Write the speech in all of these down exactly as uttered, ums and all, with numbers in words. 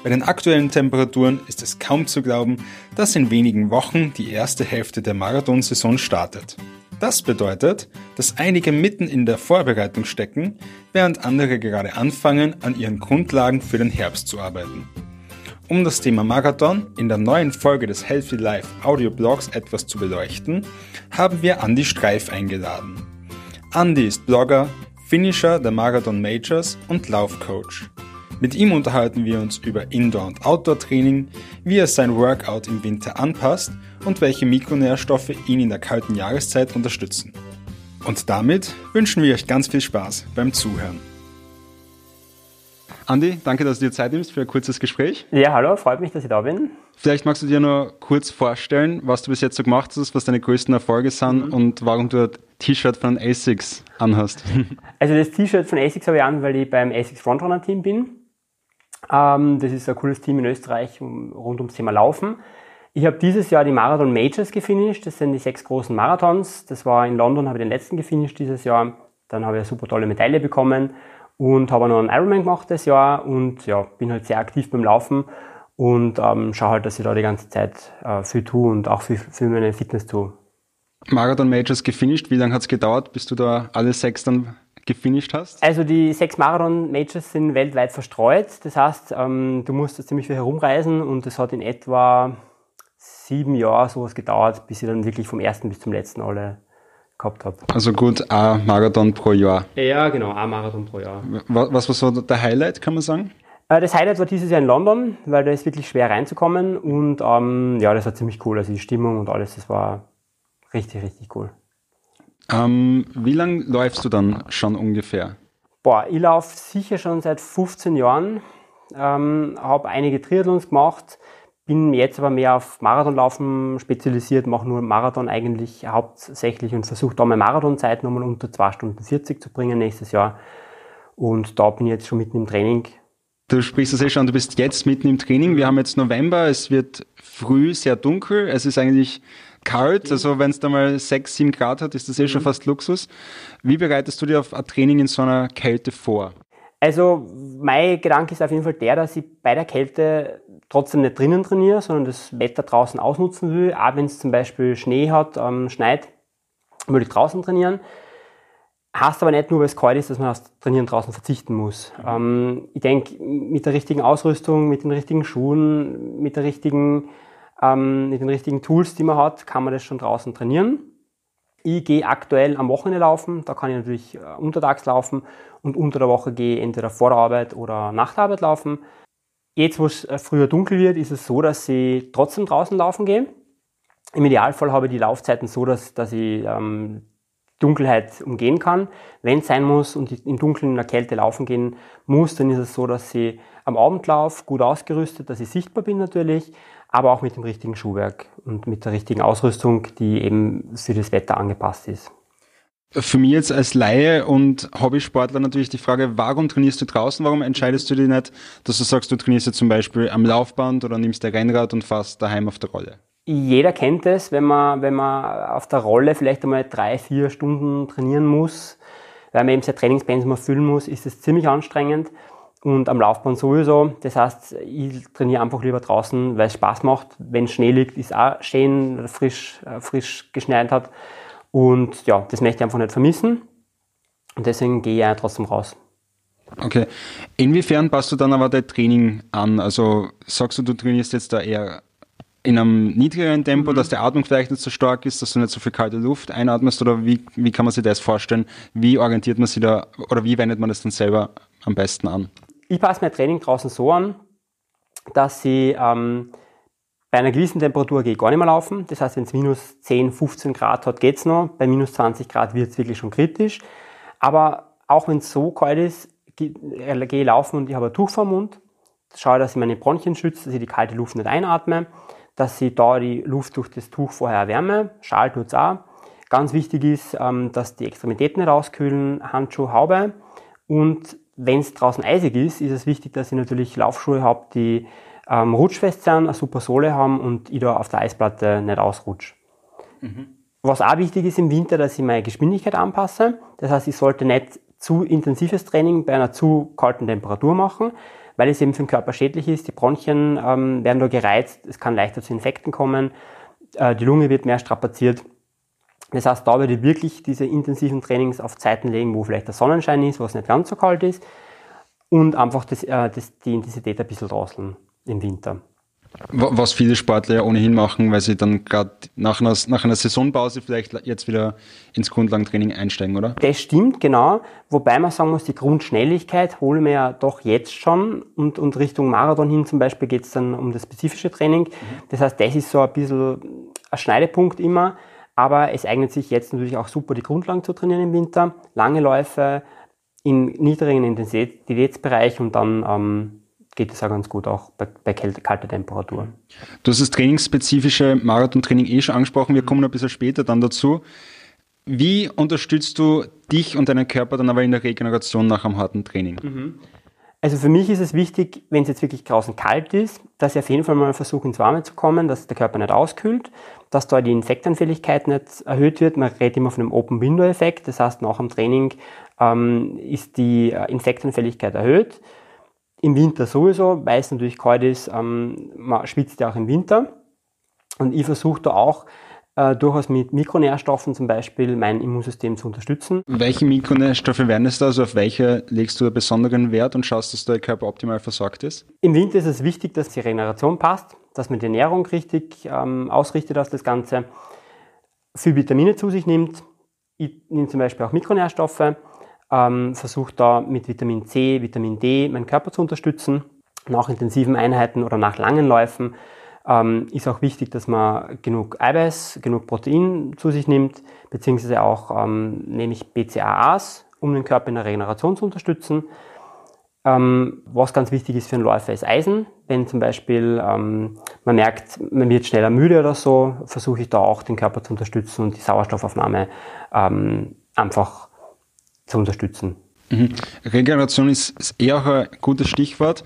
Bei den aktuellen Temperaturen ist es kaum zu glauben, dass in wenigen Wochen die erste Hälfte der Marathonsaison startet. Das bedeutet, dass einige mitten in der Vorbereitung stecken, während andere gerade anfangen, an ihren Grundlagen für den Herbst zu arbeiten. Um das Thema Marathon in der neuen Folge des Healthy Life Audioblogs etwas zu beleuchten, haben wir Andi Streif eingeladen. Andi ist Blogger, Finisher der Marathon Majors und Laufcoach. Mit ihm unterhalten wir uns über Indoor- und Outdoor-Training, wie er sein Workout im Winter anpasst und welche Mikronährstoffe ihn in der kalten Jahreszeit unterstützen. Und damit wünschen wir euch ganz viel Spaß beim Zuhören. Andi, danke, dass du dir Zeit nimmst für ein kurzes Gespräch. Ja, hallo, freut mich, dass ich da bin. Vielleicht magst du dir noch kurz vorstellen, was du bis jetzt so gemacht hast, was deine größten Erfolge sind mhm. und warum du ein T-Shirt von ASICS anhast. Also das T-Shirt von ASICS habe ich an, weil ich beim ASICS Frontrunner Team bin. Ähm, das ist ein cooles Team in Österreich rund ums Thema Laufen. Ich habe dieses Jahr die Marathon Majors gefinisht. Das sind die sechs großen Marathons. Das war in London, habe ich den letzten gefinisht dieses Jahr. Dann habe ich eine super tolle Medaille bekommen und habe noch einen Ironman gemacht das Jahr und ja, bin halt sehr aktiv beim Laufen und ähm, schaue halt, dass ich da die ganze Zeit äh, viel tue und auch viel für meine Fitness tue. Marathon Majors gefinisht. Wie lange hat es gedauert, bis du da alle sechs dann gefinisht hast? Also die sechs Marathon Majors sind weltweit verstreut. Das heißt, ähm, du musst ziemlich viel herumreisen und es hat in etwa sieben Jahre sowas gedauert, bis ich dann wirklich vom ersten bis zum letzten alle gehabt habe. Also gut, ein Marathon pro Jahr. Ja, genau, ein Marathon pro Jahr. Was, was war so der Highlight, kann man sagen? Äh, das Highlight war dieses Jahr in London, weil da ist wirklich schwer reinzukommen und ähm, ja, das war ziemlich cool. Also die Stimmung und alles, das war richtig, richtig cool. Ähm, wie lange läufst du dann schon ungefähr? Boah, ich laufe sicher schon seit fünfzehn Jahren, ähm, habe einige Triathlons gemacht, bin jetzt aber mehr auf Marathonlaufen spezialisiert, mache nur Marathon eigentlich hauptsächlich und versuche da meine Marathonzeit nochmal unter zwei Stunden vierzig zu bringen nächstes Jahr. Und da bin ich jetzt schon mitten im Training. Du sprichst das eh schon, du bist jetzt mitten im Training. Wir haben jetzt November, es wird früh sehr dunkel, es ist eigentlich kalt, also wenn es da mal sechs, sieben Grad hat, ist das eh schon fast Luxus. Wie bereitest du dir auf ein Training in so einer Kälte vor? Also mein Gedanke ist auf jeden Fall der, dass ich bei der Kälte trotzdem nicht drinnen trainiere, sondern das Wetter draußen ausnutzen will. Auch wenn es zum Beispiel Schnee hat, ähm, schneit, würde ich draußen trainieren. Heißt aber nicht nur, weil es kalt ist, dass man aufs Trainieren draußen verzichten muss. Mhm. Ähm, ich denke, mit der richtigen Ausrüstung, mit den richtigen Schuhen, mit der richtigen Ähm, mit den richtigen Tools, die man hat, kann man das schon draußen trainieren. Ich gehe aktuell am Wochenende laufen, da kann ich natürlich äh, untertags laufen und unter der Woche gehe ich entweder vor der Arbeit oder nach der Arbeit laufen. Jetzt, wo es äh, früher dunkel wird, ist es so, dass ich trotzdem draußen laufen gehe. Im Idealfall habe ich die Laufzeiten so, dass, dass ich ähm, Dunkelheit umgehen kann. Wenn es sein muss und ich im Dunkeln in der Kälte laufen gehen muss, dann ist es so, dass ich am Abend laufe, gut ausgerüstet, dass ich sichtbar bin natürlich, aber auch mit dem richtigen Schuhwerk und mit der richtigen Ausrüstung, die eben für das Wetter angepasst ist. Für mich jetzt als Laie und Hobbysportler natürlich die Frage, warum trainierst du draußen? Warum entscheidest du dich nicht, dass du sagst, du trainierst jetzt zum Beispiel am Laufband oder nimmst ein Rennrad und fährst daheim auf der Rolle? Jeder kennt es, wenn man, wenn man auf der Rolle vielleicht einmal drei, vier Stunden trainieren muss, weil man eben sein Trainingspensum erfüllen muss, ist es ziemlich anstrengend. Und am Laufband sowieso. Das heißt, ich trainiere einfach lieber draußen, weil es Spaß macht. Wenn Schnee liegt, ist auch schön, frisch, frisch geschneit hat. Und ja, das möchte ich einfach nicht vermissen. Und deswegen gehe ich auch trotzdem raus. Okay. Inwiefern passt du dann aber dein Training an? Also sagst du, du trainierst jetzt da eher in einem niedrigeren Tempo, mhm. dass die Atmung vielleicht nicht so stark ist, dass du nicht so viel kalte Luft einatmest? Oder wie, wie kann man sich das vorstellen? Wie orientiert man sich da oder wie wendet man das dann selber am besten an? Ich passe mein Training draußen so an, dass ich ähm, bei einer gewissen Temperatur gehe ich gar nicht mehr laufen. Das heißt, wenn es minus zehn, fünfzehn Grad hat, geht es noch. Bei minus zwanzig Grad wird es wirklich schon kritisch. Aber auch wenn es so kalt ist, gehe ich laufen und ich habe ein Tuch vor dem Mund. Schaue, dass ich meine Bronchien schütze, dass ich die kalte Luft nicht einatme, dass ich da die Luft durch das Tuch vorher erwärme. Schal tut es auch. Ganz wichtig ist, ähm, dass die Extremitäten nicht auskühlen, Handschuh, Haube. Und wenn es draußen eisig ist, ist es wichtig, dass ich natürlich Laufschuhe habe, die ähm, rutschfest sind, eine super Sohle haben und ich da auf der Eisplatte nicht ausrutsche. Mhm. Was auch wichtig ist im Winter, dass ich meine Geschwindigkeit anpasse. Das heißt, ich sollte nicht zu intensives Training bei einer zu kalten Temperatur machen, weil es eben für den Körper schädlich ist. Die Bronchien ähm, werden da gereizt, es kann leichter zu Infekten kommen, äh, die Lunge wird mehr strapaziert. Das heißt, da würde ich wirklich diese intensiven Trainings auf Zeiten legen, wo vielleicht der Sonnenschein ist, wo es nicht ganz so kalt ist und einfach das, äh, das, die Intensität ein bisschen drosseln im Winter. Was viele Sportler ja ohnehin machen, weil sie dann gerade nach einer, nach einer Saisonpause vielleicht jetzt wieder ins Grundlagentraining einsteigen, oder? Das stimmt, genau. Wobei man sagen muss, die Grundschnelligkeit holen wir ja doch jetzt schon und, und Richtung Marathon hin zum Beispiel geht es dann um das spezifische Training. Mhm. Das heißt, das ist so ein bisschen ein Schneidepunkt immer, aber es eignet sich jetzt natürlich auch super, die Grundlagen zu trainieren im Winter. Lange Läufe im niedrigen Intensitätsbereich und dann ähm, geht es auch ganz gut, auch bei, bei kalter Temperatur. Du hast das trainingsspezifische Marathontraining eh schon angesprochen, wir kommen ein bisschen später dann dazu. Wie unterstützt du dich und deinen Körper dann aber in der Regeneration nach einem harten Training? Mhm. Also für mich ist es wichtig, wenn es jetzt wirklich draußen kalt ist, dass ich auf jeden Fall mal versuche, ins Warme zu kommen, dass der Körper nicht auskühlt, dass da die Infektanfälligkeit nicht erhöht wird. Man redet immer von einem Open-Window-Effekt, das heißt, nach dem Training ähm, ist die Infektanfälligkeit erhöht. Im Winter sowieso, weil es natürlich kalt ist, ähm, man schwitzt ja auch im Winter. Und ich versuche da auch äh, durchaus mit Mikronährstoffen zum Beispiel mein Immunsystem zu unterstützen. Welche Mikronährstoffe wären es da? Also auf welche legst du einen besonderen Wert und schaust, dass der Körper optimal versorgt ist? Im Winter ist es wichtig, dass die Regeneration passt, dass man die Ernährung richtig ähm, ausrichtet auf das Ganze, viel Vitamine zu sich nimmt. Ich nehme zum Beispiel auch Mikronährstoffe. Ähm, versuche da mit Vitamin C, Vitamin D meinen Körper zu unterstützen. Nach intensiven Einheiten oder nach langen Läufen ähm, ist auch wichtig, dass man genug Eiweiß, genug Protein zu sich nimmt, beziehungsweise auch ähm, nehme ich B C A As, um den Körper in der Regeneration zu unterstützen. Ähm, was ganz wichtig ist für einen Läufer ist Eisen. Wenn zum Beispiel ähm, man merkt, man wird schneller müde oder so, versuche ich da auch den Körper zu unterstützen und die Sauerstoffaufnahme ähm, einfach zu unterstützen. Mhm. Regeneration ist, ist eher auch ein gutes Stichwort.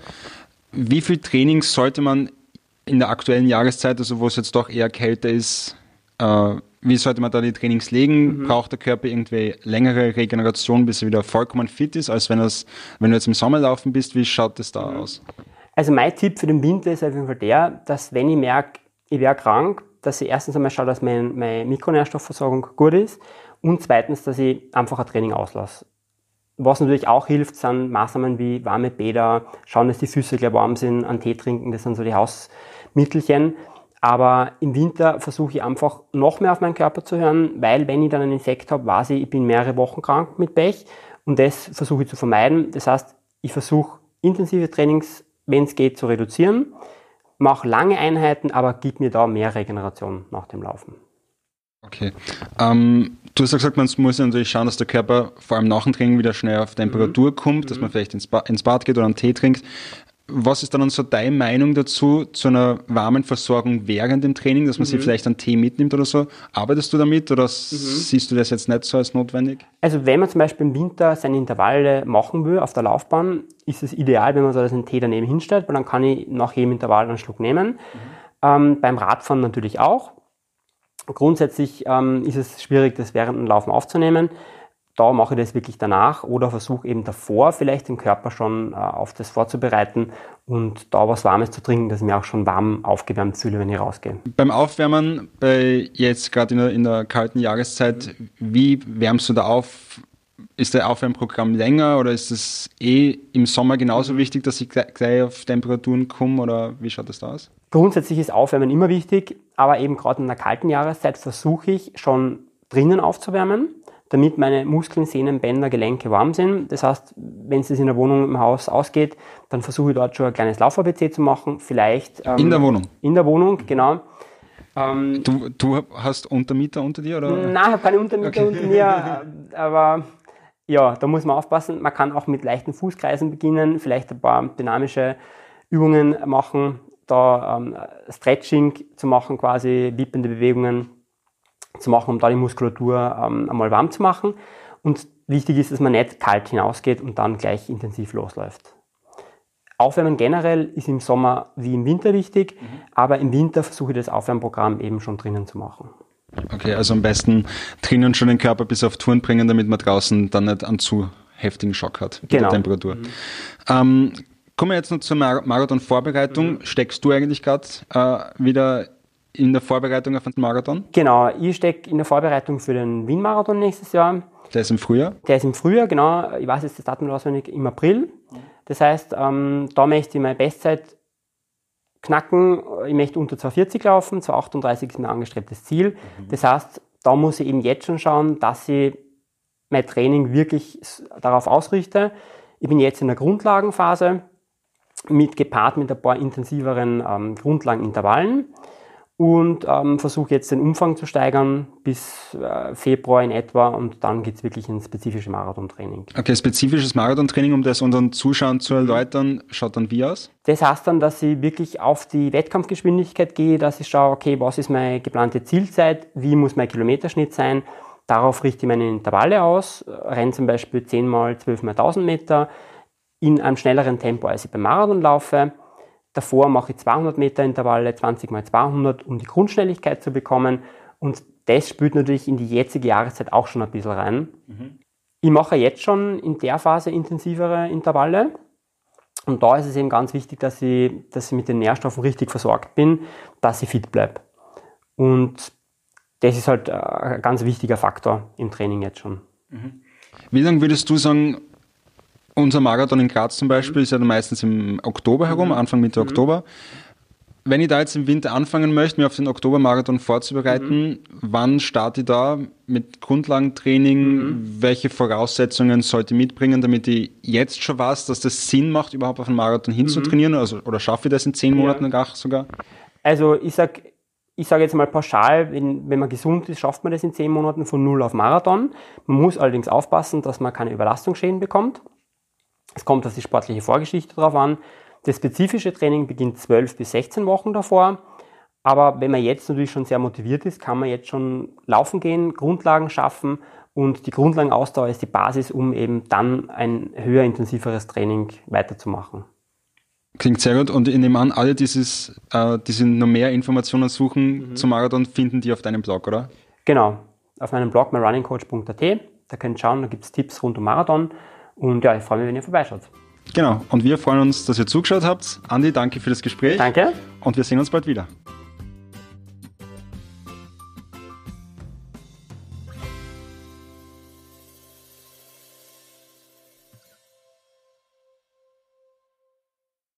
Wie viel Training sollte man in der aktuellen Jahreszeit, also wo es jetzt doch eher kälter ist, äh, wie sollte man da die Trainings legen? Mhm. Braucht der Körper irgendwie längere Regeneration, bis er wieder vollkommen fit ist, als wenn, das, wenn du jetzt im Sommer laufen bist? Wie schaut das da mhm. aus? Also mein Tipp für den Winter ist auf jeden Fall der, dass wenn ich merke, ich wäre krank, dass ich erstens einmal schaue, dass mein, meine Mikronährstoffversorgung gut ist. Und zweitens, dass ich einfach ein Training auslasse. Was natürlich auch hilft, sind Maßnahmen wie warme Bäder, schauen, dass die Füße gleich warm sind, einen Tee trinken, das sind so die Hausmittelchen. Aber im Winter versuche ich einfach noch mehr auf meinen Körper zu hören, weil wenn ich dann einen Infekt habe, weiß ich, ich bin mehrere Wochen krank mit Pech und das versuche ich zu vermeiden. Das heißt, ich versuche intensive Trainings, wenn es geht, zu reduzieren, mache lange Einheiten, aber gib mir da mehr Regeneration nach dem Laufen. Okay. Ähm, du hast ja gesagt, man muss ja natürlich schauen, dass der Körper vor allem nach dem Training wieder schnell auf Temperatur mhm. kommt, dass man vielleicht ins, ba- ins Bad geht oder einen Tee trinkt. Was ist dann so deine Meinung dazu, zu einer warmen Versorgung während dem Training, dass man mhm. sich vielleicht einen Tee mitnimmt oder so? Arbeitest du damit oder mhm. siehst du das jetzt nicht so als notwendig? Also wenn man zum Beispiel im Winter seine Intervalle machen will auf der Laufbahn, ist es ideal, wenn man so einen Tee daneben hinstellt, weil dann kann ich nach jedem Intervall einen Schluck nehmen. Mhm. Ähm, beim Radfahren natürlich auch. Grundsätzlich ähm, ist es schwierig, das während dem Laufen aufzunehmen. Da mache ich das wirklich danach oder versuche eben davor vielleicht den Körper schon äh, auf das vorzubereiten und da was Warmes zu trinken, dass ich mich auch schon warm aufgewärmt fühle, wenn ich rausgehe. Beim Aufwärmen, bei jetzt gerade in der, in der kalten Jahreszeit, wie wärmst du da auf? Ist der Aufwärmprogramm länger oder ist es eh im Sommer genauso wichtig, dass ich gleich auf Temperaturen komme oder wie schaut das da aus? Grundsätzlich ist Aufwärmen immer wichtig, aber eben gerade in der kalten Jahreszeit versuche ich schon drinnen aufzuwärmen, damit meine Muskeln, Sehnen, Bänder, Gelenke warm sind. Das heißt, wenn es in der Wohnung im Haus ausgeht, dann versuche ich dort schon ein kleines Lauf-A B C zu machen. Vielleicht ähm, in der Wohnung? In der Wohnung, genau. Ähm, du, du hast Untermieter unter dir? Oder? Nein, ich habe keine Untermieter okay. unter mir, aber ja, da muss man aufpassen. Man kann auch mit leichten Fußkreisen beginnen, vielleicht ein paar dynamische Übungen machen, da ähm, Stretching zu machen, quasi wippende Bewegungen zu machen, um da die Muskulatur ähm, einmal warm zu machen. Und wichtig ist, dass man nicht kalt hinausgeht und dann gleich intensiv losläuft. Aufwärmen generell ist im Sommer wie im Winter wichtig, mhm. aber im Winter versuche ich das Aufwärmprogramm eben schon drinnen zu machen. Okay, also am besten drinnen schon den Körper bis auf Touren bringen, damit man draußen dann nicht einen zu heftigen Schock hat mit genau. der Temperatur. Mhm. Ähm, Kommen wir jetzt noch zur Mar- Marathon-Vorbereitung. Mhm. Steckst du eigentlich gerade äh, wieder in der Vorbereitung auf den Marathon? Genau, ich stecke in der Vorbereitung für den Wien-Marathon nächstes Jahr. Der ist im Frühjahr? Der ist im Frühjahr, genau. Ich weiß jetzt das Datum auswendig, im April. Das heißt, ähm, da möchte ich meine Bestzeit knacken. Ich möchte unter zwei vierzig laufen, zwei achtunddreißig ist mein angestrebtes Ziel. Mhm. Das heißt, da muss ich eben jetzt schon schauen, dass ich mein Training wirklich darauf ausrichte. Ich bin jetzt in der Grundlagenphase, mit, gepaart mit ein paar intensiveren ähm, Grundlagenintervallen. Und ähm, versuche jetzt den Umfang zu steigern bis äh, Februar in etwa und dann geht es wirklich ins spezifische Marathontraining. Okay, spezifisches Marathontraining, um das unseren Zuschauern zu erläutern, schaut dann wie aus? Das heißt dann, dass ich wirklich auf die Wettkampfgeschwindigkeit gehe, dass ich schaue, okay, was ist meine geplante Zielzeit, wie muss mein Kilometerschnitt sein, darauf richte ich meine Intervalle aus, renne zum Beispiel zehn mal zwölf mal tausend Meter in einem schnelleren Tempo, als ich beim Marathon laufe. Davor mache ich zweihundert Meter Intervalle, zwanzig mal zweihundert, um die Grundschnelligkeit zu bekommen. Und das spielt natürlich in die jetzige Jahreszeit auch schon ein bisschen rein. Mhm. Ich mache jetzt schon in der Phase intensivere Intervalle. Und da ist es eben ganz wichtig, dass ich, dass ich mit den Nährstoffen richtig versorgt bin, dass ich fit bleibe. Und das ist halt ein ganz wichtiger Faktor im Training jetzt schon. Mhm. Wie lange würdest du sagen, unser Marathon in Graz zum Beispiel ist ja dann meistens im Oktober herum, mhm. Anfang Mitte mhm. Oktober. Wenn ich da jetzt im Winter anfangen möchte, mich auf den Oktober-Marathon vorzubereiten, mhm. wann starte ich da mit Grundlagentraining? Mhm. Welche Voraussetzungen sollte ich mitbringen, damit ich jetzt schon weiß, dass das Sinn macht, überhaupt auf einen Marathon hinzutrainieren? Mhm. Also, oder schaffe ich das in zehn Monaten ja. sogar? Also ich sage ich sag jetzt mal pauschal, wenn, wenn man gesund ist, schafft man das in zehn Monaten von null auf Marathon. Man muss allerdings aufpassen, dass man keine Überlastungsschäden bekommt. Es kommt auf die sportliche Vorgeschichte drauf an. Das spezifische Training beginnt zwölf bis sechzehn Wochen davor. Aber wenn man jetzt natürlich schon sehr motiviert ist, kann man jetzt schon laufen gehen, Grundlagen schaffen. Und die Grundlagenausdauer ist die Basis, um eben dann ein höher intensiveres Training weiterzumachen. Klingt sehr gut. Und ich nehme an, alle dieses, äh, diese noch mehr Informationen suchen mhm. zum Marathon, finden die auf deinem Blog, oder? Genau. Auf meinem Blog my running coach punkt a t. Da könnt ihr schauen, da gibt es Tipps rund um Marathon. Und ja, ich freue mich, wenn ihr vorbeischaut. Genau. Und wir freuen uns, dass ihr zugeschaut habt. Andi, danke für das Gespräch. Danke. Und wir sehen uns bald wieder.